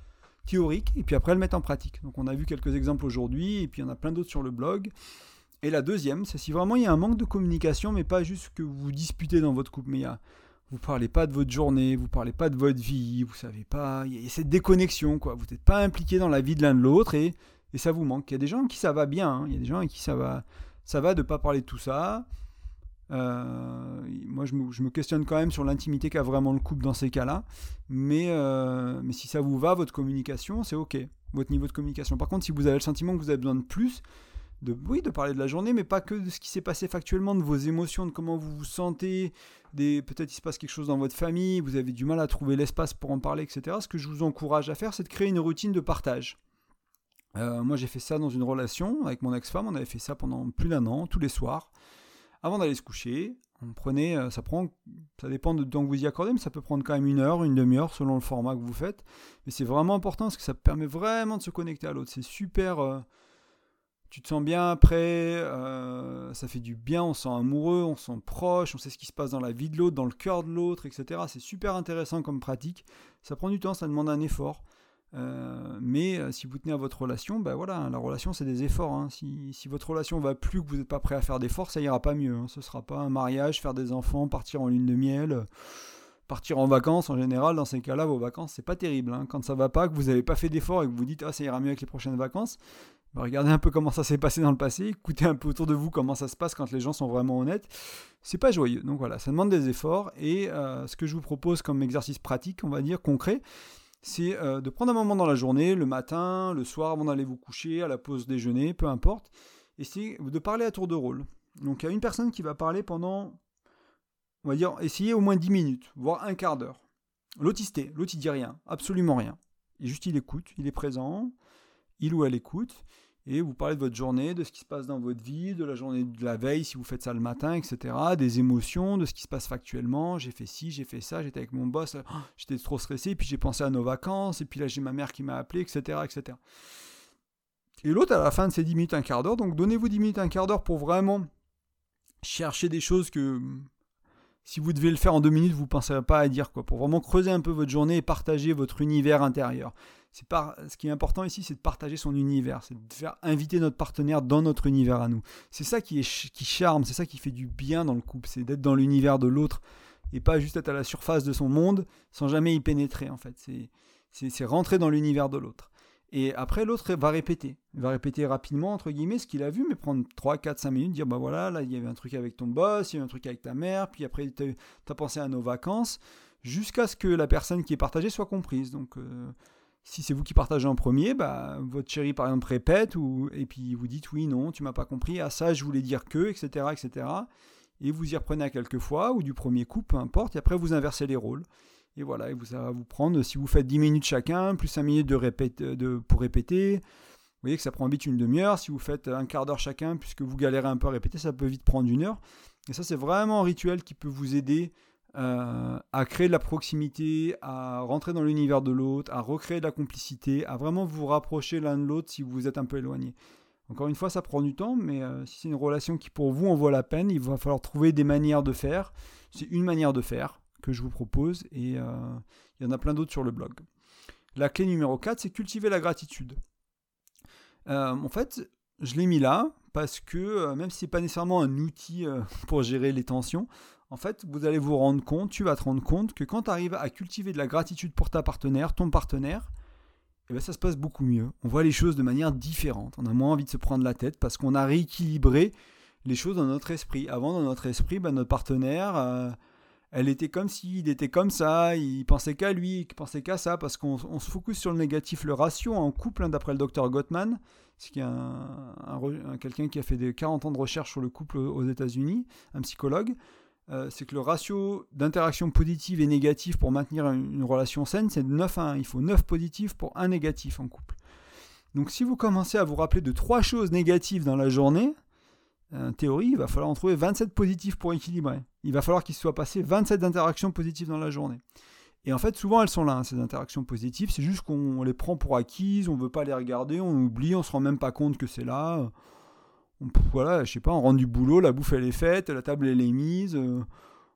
théorique, et puis après le mettre en pratique. Donc on a vu quelques exemples aujourd'hui, et puis il y en a plein d'autres sur le blog. Et la deuxième, c'est si vraiment il y a un manque de communication, mais pas juste que vous vous disputez dans votre couple, mais il y a, vous ne parlez pas de votre journée, vous ne parlez pas de votre vie, vous ne savez pas, il y a cette déconnexion, quoi. Vous n'êtes pas impliqué dans la vie de l'un de l'autre, et, et ça vous manque. Il y a des gens qui ça va bien, hein. Il y a des gens qui ça va, ça va de ne pas parler de tout ça. Euh, moi, je me, je me questionne quand même sur l'intimité qu'a vraiment le couple dans ces cas-là, mais, euh, mais si ça vous va, votre communication, c'est ok, votre niveau de communication. Par contre, si vous avez le sentiment que vous avez besoin de plus, de, oui, de parler de la journée, mais pas que de ce qui s'est passé factuellement, de vos émotions, de comment vous vous sentez, des, peut-être il se passe quelque chose dans votre famille, vous avez du mal à trouver l'espace pour en parler, et cetera. Ce que je vous encourage à faire, c'est de créer une routine de partage. Euh, moi, j'ai fait ça dans une relation avec mon ex-femme, on avait fait ça pendant plus d'un an, tous les soirs. Avant d'aller se coucher, on prenait, ça prend, ça dépend de temps que vous y accordez, mais ça peut prendre quand même une heure, une demi-heure selon le format que vous faites. Mais c'est vraiment important parce que ça permet vraiment de se connecter à l'autre. C'est super, euh, tu te sens bien après, euh, ça fait du bien, on se sent amoureux, on se sent proche, on sait ce qui se passe dans la vie de l'autre, dans le cœur de l'autre, et cetera. C'est super intéressant comme pratique. Ça prend du temps, ça demande un effort. Euh, mais euh, si vous tenez à votre relation, ben voilà, la relation c'est des efforts. Hein. Si, si votre relation va plus, que vous n'êtes pas prêt à faire d'efforts, ça ira pas mieux. Hein. Ce sera pas un mariage, faire des enfants, partir en lune de miel, euh, partir en vacances. En général, dans ces cas-là, vos vacances c'est pas terrible. Hein. Quand ça va pas, que vous n'avez pas fait d'efforts et que vous dites ah ça ira mieux avec les prochaines vacances, ben, regardez un peu comment ça s'est passé dans le passé, écoutez un peu autour de vous comment ça se passe quand les gens sont vraiment honnêtes. C'est pas joyeux. Donc voilà, ça demande des efforts et euh, ce que je vous propose comme exercice pratique, on va dire concret, c'est euh, de prendre un moment dans la journée, le matin, le soir, avant d'aller vous coucher, à la pause déjeuner, peu importe, et c'est de parler à tour de rôle. Donc il y a une personne qui va parler pendant, on va dire, essayer au moins dix minutes, voire un quart d'heure. L'autre il se tait, l'autre il dit rien, absolument rien. Et juste il écoute, il est présent, il ou elle écoute, et vous parlez de votre journée, de ce qui se passe dans votre vie, de la journée de la veille si vous faites ça le matin, et cetera, des émotions, de ce qui se passe factuellement, j'ai fait ci, j'ai fait ça, j'étais avec mon boss, oh, j'étais trop stressé, puis j'ai pensé à nos vacances, et puis là j'ai ma mère qui m'a appelé, et cetera, et cetera. Et l'autre à la fin de ces dix minutes, un quart d'heure, donc donnez-vous dix minutes, un quart d'heure pour vraiment chercher des choses que si vous devez le faire en deux minutes, vous ne penserez pas à dire, quoi, pour vraiment creuser un peu votre journée et partager votre univers intérieur. C'est pas, ce qui est important ici, c'est de partager son univers, c'est de faire inviter notre partenaire dans notre univers à nous. C'est ça qui, est, qui charme, c'est ça qui fait du bien dans le couple, c'est d'être dans l'univers de l'autre et pas juste être à la surface de son monde sans jamais y pénétrer en fait. C'est, c'est, c'est rentrer dans l'univers de l'autre. Et après, l'autre va répéter. Il va répéter rapidement, entre guillemets, ce qu'il a vu, mais prendre trois, quatre, cinq minutes, dire, bah voilà, là, il y avait un truc avec ton boss, il y avait un truc avec ta mère, puis après, tu as pensé à nos vacances, jusqu'à ce que la personne qui est partagée soit comprise. Donc, euh, si c'est vous qui partagez en premier, bah, votre chéri, par exemple, répète, ou, et puis vous dites, oui, non, tu m'as pas compris, ah ça, je voulais dire que, et cetera, et cetera. Et vous y reprenez à quelques fois, ou du premier coup, peu importe, et après, vous inversez les rôles. Et voilà, et vous, ça va vous prendre, si vous faites dix minutes chacun, plus cinq minutes de répète, de, pour répéter, vous voyez que ça prend vite une demi-heure. Si vous faites un quart d'heure chacun, puisque vous galérez un peu à répéter, ça peut vite prendre une heure. Et ça, c'est vraiment un rituel qui peut vous aider euh, à créer de la proximité, à rentrer dans l'univers de l'autre, à recréer de la complicité, à vraiment vous rapprocher l'un de l'autre si vous êtes un peu éloigné. Encore une fois, ça prend du temps, mais euh, si c'est une relation qui pour vous en vaut la peine, il va falloir trouver des manières de faire. C'est une manière de faire que je vous propose, et euh, il y en a plein d'autres sur le blog. La clé numéro quatre, c'est cultiver la gratitude. Euh, en fait, je l'ai mis là, parce que euh, même si ce n'est pas nécessairement un outil euh, pour gérer les tensions, en fait, vous allez vous rendre compte, tu vas te rendre compte que quand tu arrives à cultiver de la gratitude pour ta partenaire, ton partenaire, eh bien, ça se passe beaucoup mieux. On voit les choses de manière différente. On a moins envie de se prendre la tête parce qu'on a rééquilibré les choses dans notre esprit. Avant, dans notre esprit, ben, notre partenaire... Euh, elle était comme ci, il était comme ça, il pensait qu'à lui, il pensait qu'à ça, parce qu'on on se focus sur le négatif. Le ratio en couple, hein, d'après le docteur Gottman, c'est un, un, un, quelqu'un qui a fait des quarante ans de recherche sur le couple aux États-Unis, un psychologue, euh, c'est que le ratio d'interaction positive et négative pour maintenir une, une relation saine, c'est de neuf à un. Il faut neuf positifs pour un négatif en couple. Donc si vous commencez à vous rappeler de trois choses négatives dans la journée, en théorie, il va falloir en trouver vingt-sept positifs pour équilibrer. Il va falloir qu'il se soit passé vingt-sept interactions positives dans la journée. Et en fait, souvent, elles sont là, hein, ces interactions positives. C'est juste qu'on les prend pour acquises, on ne veut pas les regarder, on oublie, on ne se rend même pas compte que c'est là. On, voilà, je sais pas, on rentre du boulot, la bouffe, elle est faite, la table, elle est mise. Euh,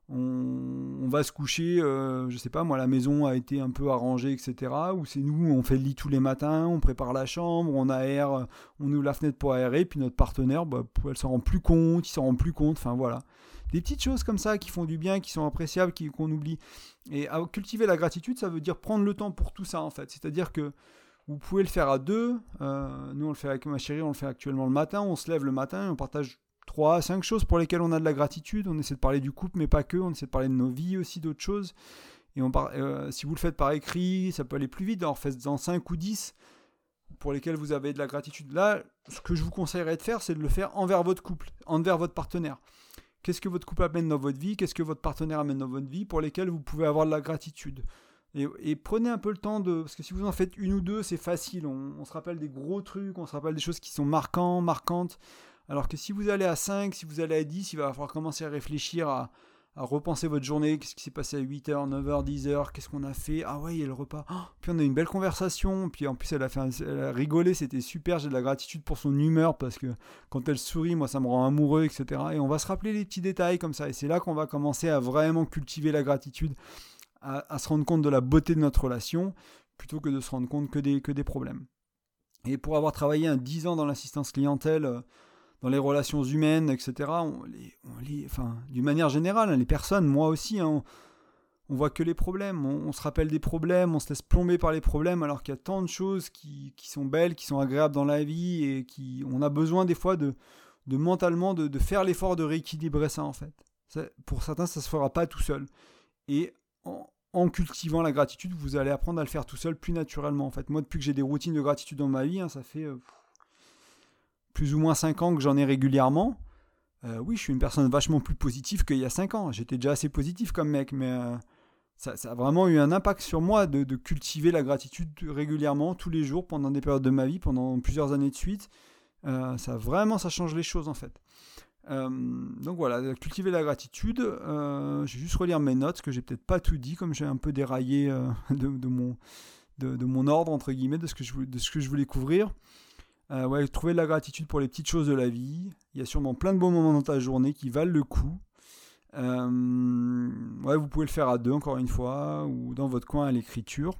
on, on va se coucher, euh, je sais pas moi, la maison a été un peu arrangée, et cetera. Ou c'est nous, on fait le lit tous les matins, on prépare la chambre, on aère, on ouvre la fenêtre pour aérer, puis notre partenaire, bah, elle s'en rend plus compte, il s'en rend plus compte, enfin voilà. Des petites choses comme ça qui font du bien, qui sont appréciables, qui, qu'on oublie. Et à cultiver la gratitude, ça veut dire prendre le temps pour tout ça en fait. C'est-à-dire que vous pouvez le faire à deux. Euh, nous, on le fait avec ma chérie, on le fait actuellement le matin. On se lève le matin et on partage trois à cinq choses pour lesquelles on a de la gratitude. On essaie de parler du couple, mais pas que. On essaie de parler de nos vies aussi, d'autres choses. Et on par... euh, si vous le faites par écrit, ça peut aller plus vite. Alors faites-en cinq ou dix pour lesquels vous avez de la gratitude. Là, ce que je vous conseillerais de faire, c'est de le faire envers votre couple, envers votre partenaire. Qu'est-ce que votre couple amène dans votre vie ? Qu'est-ce que votre partenaire amène dans votre vie pour lesquels vous pouvez avoir de la gratitude ? Et, et prenez un peu le temps de... Parce que si vous en faites une ou deux, c'est facile. On, on se rappelle des gros trucs, on se rappelle des choses qui sont marquantes, marquantes. Alors que si vous allez à cinq, si vous allez à dix, il va falloir commencer à réfléchir, à, à repenser votre journée. Qu'est-ce qui s'est passé à huit heures, neuf heures, dix heures ? Qu'est-ce qu'on a fait ? Ah ouais, il y a le repas. Oh, puis on a eu une belle conversation. Puis en plus, elle a, fait un, elle a rigolé, c'était super. J'ai de la gratitude pour son humeur parce que quand elle sourit, moi, ça me rend amoureux, et cetera. Et on va se rappeler les petits détails comme ça. Et c'est là qu'on va commencer à vraiment cultiver la gratitude. À, à se rendre compte de la beauté de notre relation plutôt que de se rendre compte que des, que des problèmes. Et pour avoir travaillé un dix ans dans l'assistance clientèle, euh, dans les relations humaines, et cetera, on les, on les, enfin, d'une manière générale, hein, les personnes, moi aussi, hein, on, on voit que les problèmes, on, on se rappelle des problèmes, on se laisse plomber par les problèmes alors qu'il y a tant de choses qui, qui sont belles, qui sont agréables dans la vie et qui, on a besoin des fois de, de mentalement de, de faire l'effort de rééquilibrer ça en fait. Ça, pour certains, ça ne se fera pas tout seul. Et En, en cultivant la gratitude, vous allez apprendre à le faire tout seul plus naturellement. En fait, moi, depuis que j'ai des routines de gratitude dans ma vie, hein, ça fait euh, plus ou moins cinq ans que j'en ai régulièrement. Euh, oui, je suis une personne vachement plus positive qu'il y a cinq ans. J'étais déjà assez positif comme mec, mais euh, ça, ça a vraiment eu un impact sur moi de, de cultiver la gratitude régulièrement, tous les jours, pendant des périodes de ma vie, pendant plusieurs années de suite. Euh, ça vraiment, ça change les choses en fait. Euh, donc voilà, cultiver la gratitude. Euh, je vais juste relire mes notes, parce que j'ai peut-être pas tout dit, comme j'ai un peu déraillé euh, de, de, mon, de, de mon ordre, entre guillemets, de ce que je, de ce que je voulais couvrir. Euh, ouais, trouver de la gratitude pour les petites choses de la vie. Il y a sûrement plein de bons moments dans ta journée qui valent le coup. Euh, ouais, vous pouvez le faire à deux, encore une fois, ou dans votre coin à l'écriture.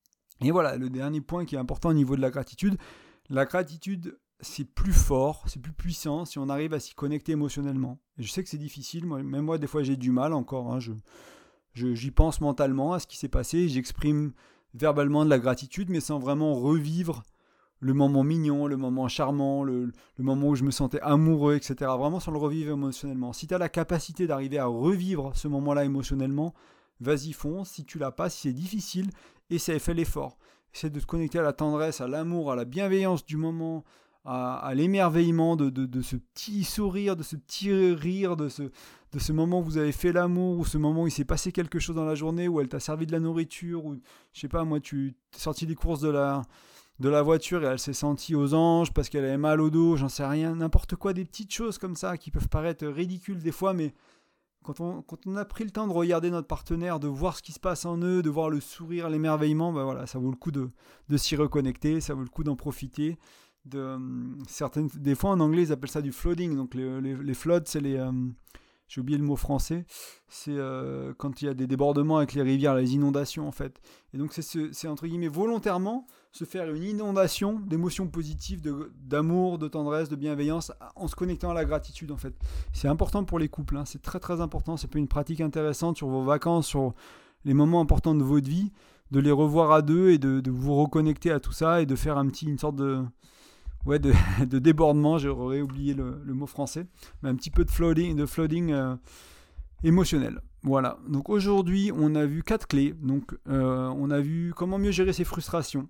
Et voilà, le dernier point qui est important au niveau de la gratitude. La gratitude, c'est plus fort, c'est plus puissant si on arrive à s'y connecter émotionnellement. Et je sais que c'est difficile, moi, même moi des fois j'ai du mal encore, hein, je, je, j'y pense mentalement à ce qui s'est passé, j'exprime verbalement de la gratitude, mais sans vraiment revivre le moment mignon, le moment charmant, le, le moment où je me sentais amoureux, et cetera. Vraiment sans le revivre émotionnellement. Si tu as la capacité d'arriver à revivre ce moment-là émotionnellement, vas-y fonce. Si tu l'as pas, si c'est difficile, essaie, fais l'effort. Essaie de te connecter à la tendresse, à l'amour, à la bienveillance du moment, À, à l'émerveillement de, de, de ce petit sourire, de ce petit rire, de ce, de ce moment où vous avez fait l'amour, ou ce moment où il s'est passé quelque chose dans la journée, où elle t'a servi de la nourriture, ou je sais pas moi, tu t'es sorti des courses de la, de la voiture et elle s'est sentie aux anges parce qu'elle avait mal au dos, j'en sais rien, n'importe quoi, des petites choses comme ça qui peuvent paraître ridicules des fois, mais quand on, quand on a pris le temps de regarder notre partenaire, de voir ce qui se passe en eux, de voir le sourire, l'émerveillement, ben voilà, ça vaut le coup de, de s'y reconnecter, ça vaut le coup d'en profiter. De, certaines, des fois en anglais ils appellent ça du flooding, donc les, les, les floods c'est les euh, j'ai oublié le mot français, c'est euh, quand il y a des débordements avec les rivières, les inondations en fait, et donc c'est, c'est, c'est entre guillemets volontairement se faire une inondation d'émotions positives, de, d'amour, de tendresse, de bienveillance en se connectant à la gratitude en fait. C'est important pour les couples, hein. C'est très très important, c'est une pratique intéressante sur vos vacances, sur les moments importants de votre vie, de les revoir à deux et de, de vous reconnecter à tout ça et de faire un petit, une sorte de Ouais, de, de débordement, j'aurais oublié le, le mot français, mais un petit peu de flooding, de flooding euh, émotionnel. Voilà, donc aujourd'hui on a vu quatre clés, donc euh, on a vu comment mieux gérer ses frustrations,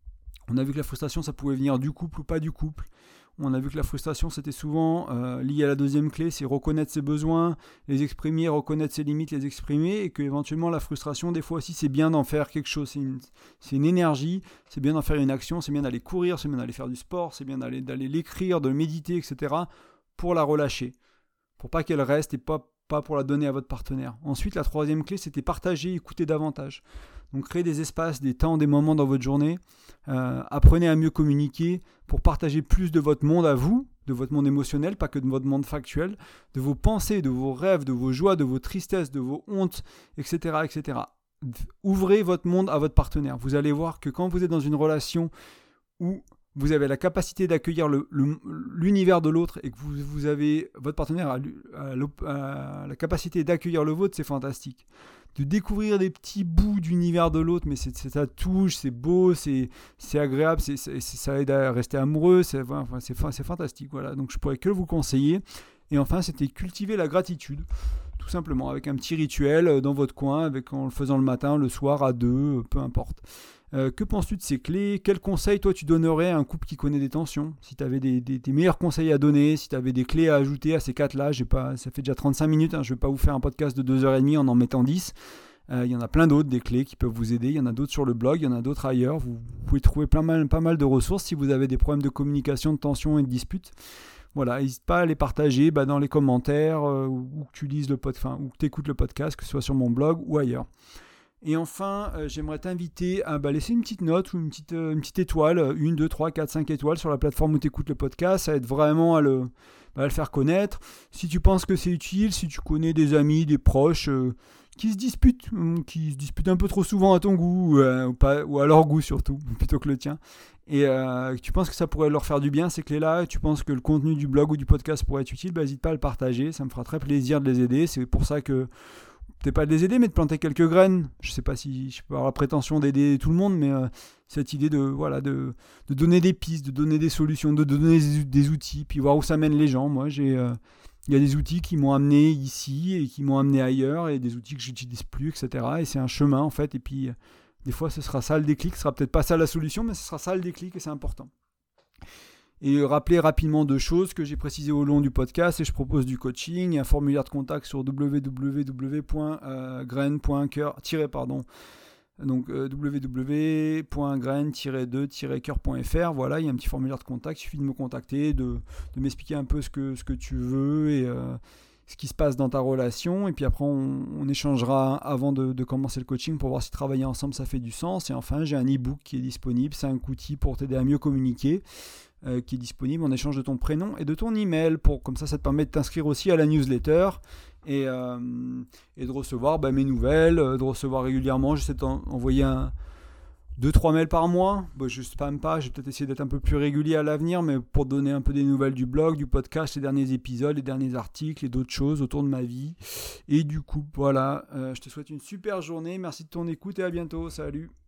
on a vu que la frustration ça pouvait venir du couple ou pas du couple, on a vu que la frustration c'était souvent euh, lié à la deuxième clé, c'est reconnaître ses besoins, les exprimer, reconnaître ses limites, les exprimer, et que éventuellement la frustration des fois aussi c'est bien d'en faire quelque chose, c'est une, c'est une énergie, c'est bien d'en faire une action, c'est bien d'aller courir, c'est bien d'aller faire du sport, c'est bien d'aller, d'aller l'écrire, de le méditer, et cetera pour la relâcher, pour pas qu'elle reste et pas, pas pour la donner à votre partenaire. Ensuite la troisième clé c'était partager, écouter davantage. Donc créez des espaces, des temps, des moments dans votre journée. Euh, apprenez à mieux communiquer pour partager plus de votre monde à vous, de votre monde émotionnel, pas que de votre monde factuel, de vos pensées, de vos rêves, de vos joies, de vos tristesses, de vos hontes, et cetera, et cetera. Ouvrez votre monde à votre partenaire. Vous allez voir que quand vous êtes dans une relation où vous avez la capacité d'accueillir le, le, l'univers de l'autre et que vous, vous avez votre partenaire a, a, a la capacité d'accueillir le vôtre, c'est fantastique. De découvrir des petits bouts d'univers de l'autre, mais c'est, c'est ça touche, c'est beau, c'est, c'est agréable, c'est, c'est, ça aide à rester amoureux, c'est, enfin, c'est, c'est fantastique. Voilà. Donc je pourrais que vous conseiller. Et enfin, c'était cultiver la gratitude, tout simplement, avec un petit rituel dans votre coin, avec, en le faisant le matin, le soir, à deux, peu importe. Euh, que penses-tu de ces clés ? Quels conseils, toi, tu donnerais à un couple qui connaît des tensions ? Si tu avais des, des, des meilleurs conseils à donner, si tu avais des clés à ajouter à ces quatre-là, j'ai pas, ça fait déjà trente-cinq minutes, hein, je ne vais pas vous faire un podcast de deux heures trente en en mettant dix. Il euh, y en a plein d'autres, des clés qui peuvent vous aider. Il y en a d'autres sur le blog, il y en a d'autres ailleurs. Vous, vous pouvez trouver plein mal, pas mal de ressources si vous avez des problèmes de communication, de tension et de disputes. Voilà, n'hésite pas à les partager bah, dans les commentaires euh, ou que tu lises le pod, enfin, ou que tu écoutes le podcast, que ce soit sur mon blog ou ailleurs. Et enfin, euh, j'aimerais t'inviter à bah, laisser une petite note ou une petite, euh, une petite étoile, une, deux, trois, quatre, cinq étoiles sur la plateforme où tu écoutes le podcast. Ça aide vraiment à le, bah, à le faire connaître. Si tu penses que c'est utile, si tu connais des amis, des proches euh, qui se disputent, qui se disputent un peu trop souvent à ton goût, euh, ou, pas, ou à leur goût surtout, plutôt que le tien, et euh, tu penses que ça pourrait leur faire du bien, ces clés-là, et tu penses que le contenu du blog ou du podcast pourrait être utile, bah, n'hésite pas à le partager. Ça me fera très plaisir de les aider. C'est pour ça que peut-être pas de les aider, mais de planter quelques graines. Je sais pas si je peux avoir la prétention d'aider tout le monde, mais euh, cette idée de, voilà, de, de donner des pistes, de donner des solutions, de donner des, des outils, puis voir où ça mène les gens. Moi, j'ai, euh, il y a des outils qui m'ont amené ici et qui m'ont amené ailleurs, et des outils que j'utilise plus, et cetera. Et c'est un chemin, en fait. Et puis, euh, des fois, ce sera ça le déclic. Ce sera peut-être pas ça la solution, mais ce sera ça le déclic, et c'est important. Et rappeler rapidement deux choses que j'ai précisées au long du podcast, et je propose du coaching, un formulaire de contact sur w w w point grain point cœur pardon donc euh, w w w point grain tiret deux tiret cœur point f r. Voilà, il y a un petit formulaire de contact, il suffit de me contacter, de, de m'expliquer un peu ce que, ce que tu veux et euh, ce qui se passe dans ta relation, et puis après on, on échangera avant de, de commencer le coaching pour voir si travailler ensemble ça fait du sens. Et enfin, j'ai un e-book qui est disponible, cinq outils pour t'aider à mieux communiquer, Euh, qui est disponible en échange de ton prénom et de ton email. Pour, comme ça, ça te permet de t'inscrire aussi à la newsletter et, euh, et de recevoir bah, mes nouvelles, de recevoir régulièrement. J'essaie d'envoyer un, deux trois mails par mois. Bah, je ne spamme pas, je vais peut-être essayer d'être un peu plus régulier à l'avenir, mais pour donner un peu des nouvelles du blog, du podcast, les derniers épisodes, les derniers articles et d'autres choses autour de ma vie. Et du coup, voilà, euh, je te souhaite une super journée. Merci de ton écoute et à bientôt. Salut!